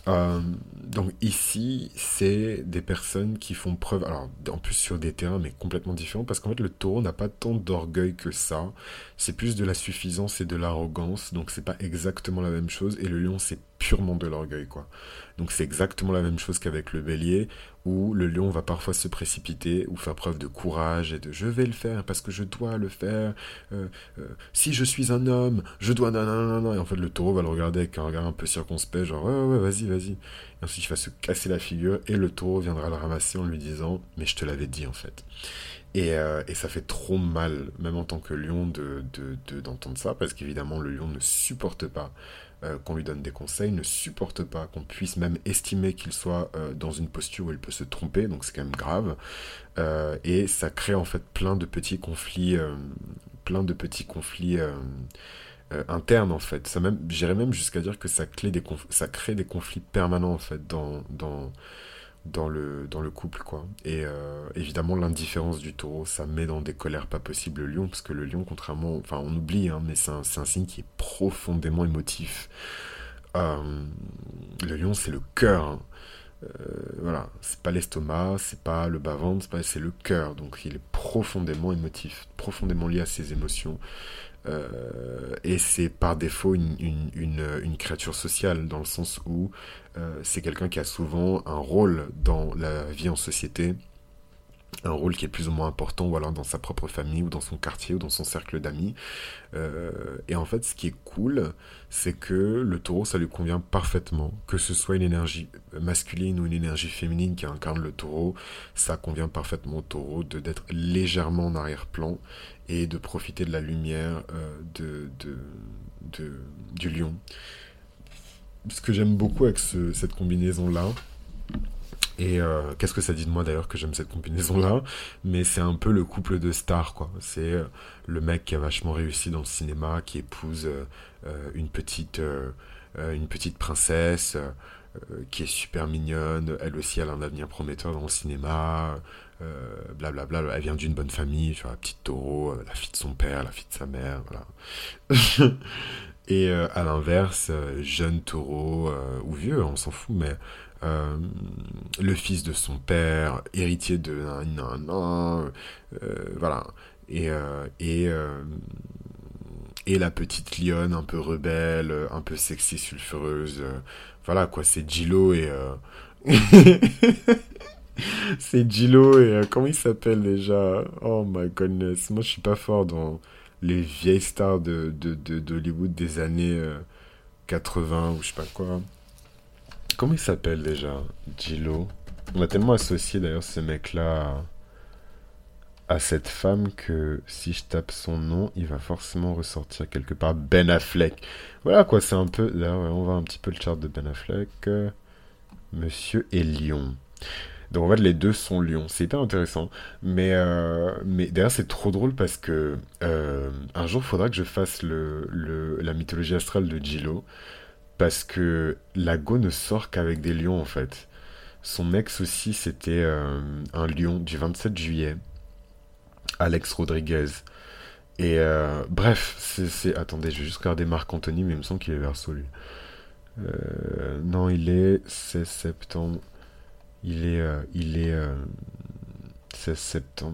Euh, donc ici, c'est des personnes qui font preuve, alors en plus sur des terrains mais complètement différents, parce qu'en fait le taureau n'a pas tant d'orgueil que ça, c'est plus de la suffisance et de l'arrogance, donc c'est pas exactement la même chose, et le lion c'est purement de l'orgueil quoi. Donc c'est exactement la même chose qu'avec le bélier, où le lion va parfois se précipiter, ou faire preuve de courage, et de je vais le faire parce que je dois le faire, euh, si je suis un homme, je dois nanana, et en fait le taureau va le regarder avec un regard un peu circonspect, genre ouais, vas-y, vas-y. Et ensuite il va se casser la figure, et le taureau viendra le ramasser en lui disant, mais je te l'avais dit en fait. Et ça fait trop mal, même en tant que lion, d'entendre ça, parce qu'évidemment le lion ne supporte pas qu'on lui donne des conseils, ne supporte pas qu'on puisse même estimer qu'il soit dans une posture où il peut se tromper, donc c'est quand même grave. Et ça crée en fait plein de petits conflits internes en fait. Ça même, j'irais même jusqu'à dire que ça crée des conflits permanents en fait dans le couple quoi. Et évidemment l'indifférence du taureau, ça met dans des colères pas possibles le lion, parce que le lion, contrairement, enfin on oublie, hein, mais c'est un signe qui est profondément émotif. Euh, le lion c'est le cœur, hein. Voilà, c'est pas l'estomac, c'est pas le bas-ventre, c'est le cœur, donc il est profondément émotif, profondément lié à ses émotions. Et c'est par défaut une créature sociale, dans le sens où c'est quelqu'un qui a souvent un rôle dans la vie en société, un rôle qui est plus ou moins important, ou alors dans sa propre famille, ou dans son quartier, ou dans son cercle d'amis. Et en fait, ce qui est cool, c'est que le taureau, ça lui convient parfaitement. Que ce soit une énergie masculine ou une énergie féminine qui incarne le taureau, ça convient parfaitement au taureau d'être légèrement en arrière-plan et de profiter de la lumière du lion. Ce que j'aime beaucoup avec cette combinaison-là, et qu'est-ce que ça dit de moi d'ailleurs que j'aime cette combinaison-là? Mais c'est un peu le couple de stars, quoi. C'est le mec qui a vachement réussi dans le cinéma, qui épouse une petite princesse, qui est super mignonne. Elle aussi, elle a un avenir prometteur dans le cinéma. Blablabla. Elle vient d'une bonne famille, tu vois, la petite taureau, la fille de son père, la fille de sa mère, voilà. Et à l'inverse, jeune taureau, ou vieux, on s'en fout, mais euh, le fils de son père, héritier de voilà. Et la petite lionne un peu rebelle, un peu sexy, sulfureuse. Voilà quoi, c'est Gilo et... c'est Gilo et... comment il s'appelle déjà? Oh my goodness. Moi je suis pas fort dans les vieilles stars d'Hollywood des années 80 ou je sais pas quoi. Comment il s'appelle déjà? Gilo. On a tellement associé d'ailleurs ce mec-là à cette femme que si je tape son nom, il va forcément ressortir quelque part. Ben Affleck. Voilà quoi, c'est un peu. D'ailleurs, ouais, on voit un petit peu le chart de Ben Affleck. Monsieur est lion. Donc en fait, les deux sont lions. C'est hyper intéressant. Mais d'ailleurs, c'est trop drôle parce que un jour, il faudra que je fasse la mythologie astrale de Gilo. Parce que la Go ne sort qu'avec des lions en fait. Son ex aussi, c'était un lion du 27 juillet. Alex Rodriguez. Et bref, attendez, je vais juste regarder Marc Anthony, mais il me semble qu'il est Verseau, lui. Non, il est 16 septembre. Il est 16 septembre.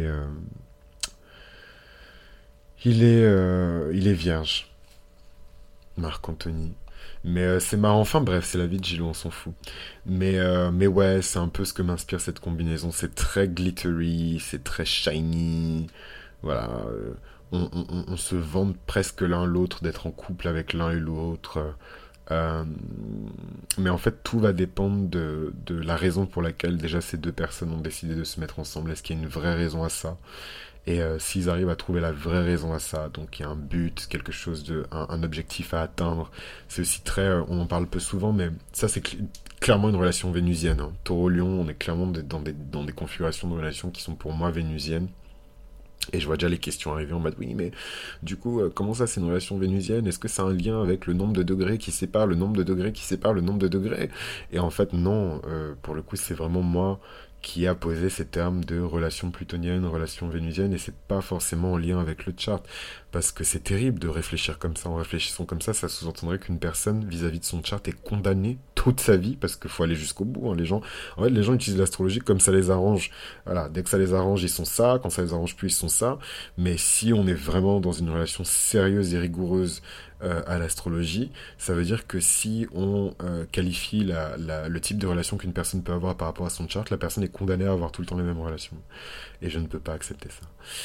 Il est vierge, Marc Anthony. Mais c'est marrant, enfin bref, c'est la vie de Gilo, on s'en fout. Mais ouais, c'est un peu ce que m'inspire cette combinaison. C'est très glittery, c'est très shiny. Voilà, on se vante presque l'un l'autre d'être en couple avec l'un et l'autre. Euh, mais en fait, tout va dépendre de la raison pour laquelle déjà ces deux personnes ont décidé de se mettre ensemble. Est-ce qu'il y a une vraie raison à ça? Et s'ils arrivent à trouver la vraie raison à ça, donc il y a un but, quelque chose un objectif à atteindre, c'est aussi très, on en parle peu souvent, mais ça c'est clairement une relation vénusienne, hein. Taureau-Lion, on est clairement dans des configurations de relations qui sont pour moi vénusiennes. Et je vois déjà les questions arriver en mode oui, mais du coup, comment ça c'est une relation vénusienne? Est-ce que c'est un lien avec le nombre de degrés qui sépare le nombre de degrés qui sépare le nombre de degrés? Et en fait, non, pour le coup, c'est vraiment moi qui a posé ces termes de relation plutonienne, relation vénusienne, et c'est pas forcément en lien avec le chart, parce que c'est terrible de réfléchir comme ça. En réfléchissant comme ça sous-entendrait qu'une personne vis-à-vis de son chart est condamnée toute sa vie, parce qu'il faut aller jusqu'au bout, hein. En fait, les gens utilisent l'astrologie comme ça les arrange. Voilà, dès que ça les arrange, ils sont ça, quand ça les arrange plus, ils sont ça. Mais si on est vraiment dans une relation sérieuse et rigoureuse à l'astrologie, ça veut dire que si on qualifie le type de relation qu'une personne peut avoir par rapport à son chart, la personne est condamnée à avoir tout le temps les mêmes relations. Et je ne peux pas accepter ça.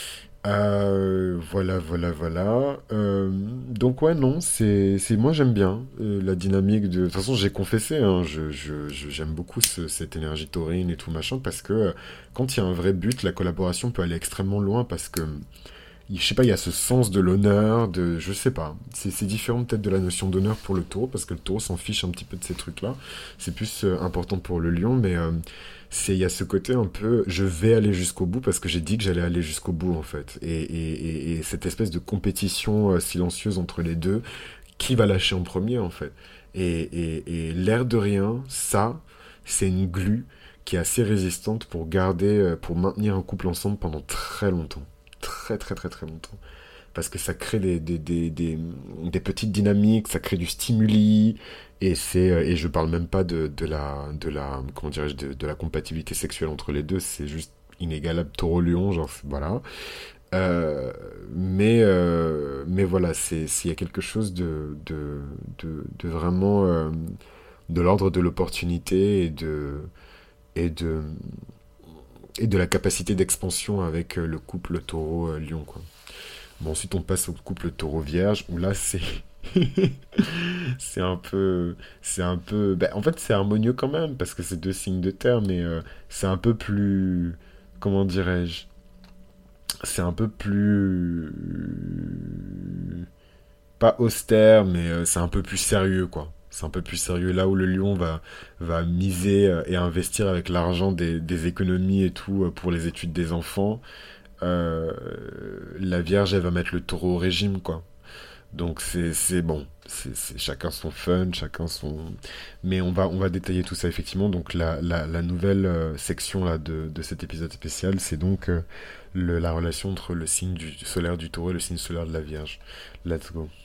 Voilà. Donc ouais, non, moi j'aime bien la dynamique de... De toute façon, j'ai confessé, hein, j'aime beaucoup cette énergie taurine et tout machin, parce que quand il y a un vrai but, la collaboration peut aller extrêmement loin, parce que je sais pas, il y a ce sens de l'honneur, je sais pas. C'est différent peut-être de la notion d'honneur pour le taureau, parce que le taureau s'en fiche un petit peu de ces trucs-là. C'est plus important pour le lion, mais il y a ce côté un peu, je vais aller jusqu'au bout parce que j'ai dit que j'allais aller jusqu'au bout, en fait. Et cette espèce de compétition silencieuse entre les deux, qui va lâcher en premier, en fait. Et l'air de rien, ça, c'est une glu qui est assez résistante pour maintenir un couple ensemble pendant très longtemps. Très très très très longtemps. Parce que ça crée des petites dynamiques, ça crée du stimuli, et je parle même pas comment dirais-je, de la compatibilité sexuelle entre les deux, c'est juste inégalable taureau-lion, genre, voilà. Mais voilà, il y a quelque chose de vraiment de l'ordre de l'opportunité et de, et de la capacité d'expansion avec le couple taureau-lion, quoi. Bon, ensuite on passe au couple taureau-vierge, où là c'est en fait c'est harmonieux quand même, parce que c'est deux signes de terre, mais c'est un peu plus, comment dirais-je, c'est un peu plus, pas austère, mais c'est un peu plus sérieux, quoi. C'est un peu plus sérieux, là où le lion va miser et investir avec l'argent des économies et tout pour les études des enfants. euh, la Vierge, elle va mettre le taureau au régime, quoi. Donc c'est bon, c'est chacun son fun, chacun son... Mais on va détailler tout ça, effectivement. Donc la nouvelle section là, de cet épisode spécial, c'est donc la relation entre le signe solaire du taureau et le signe solaire de la Vierge. Let's go.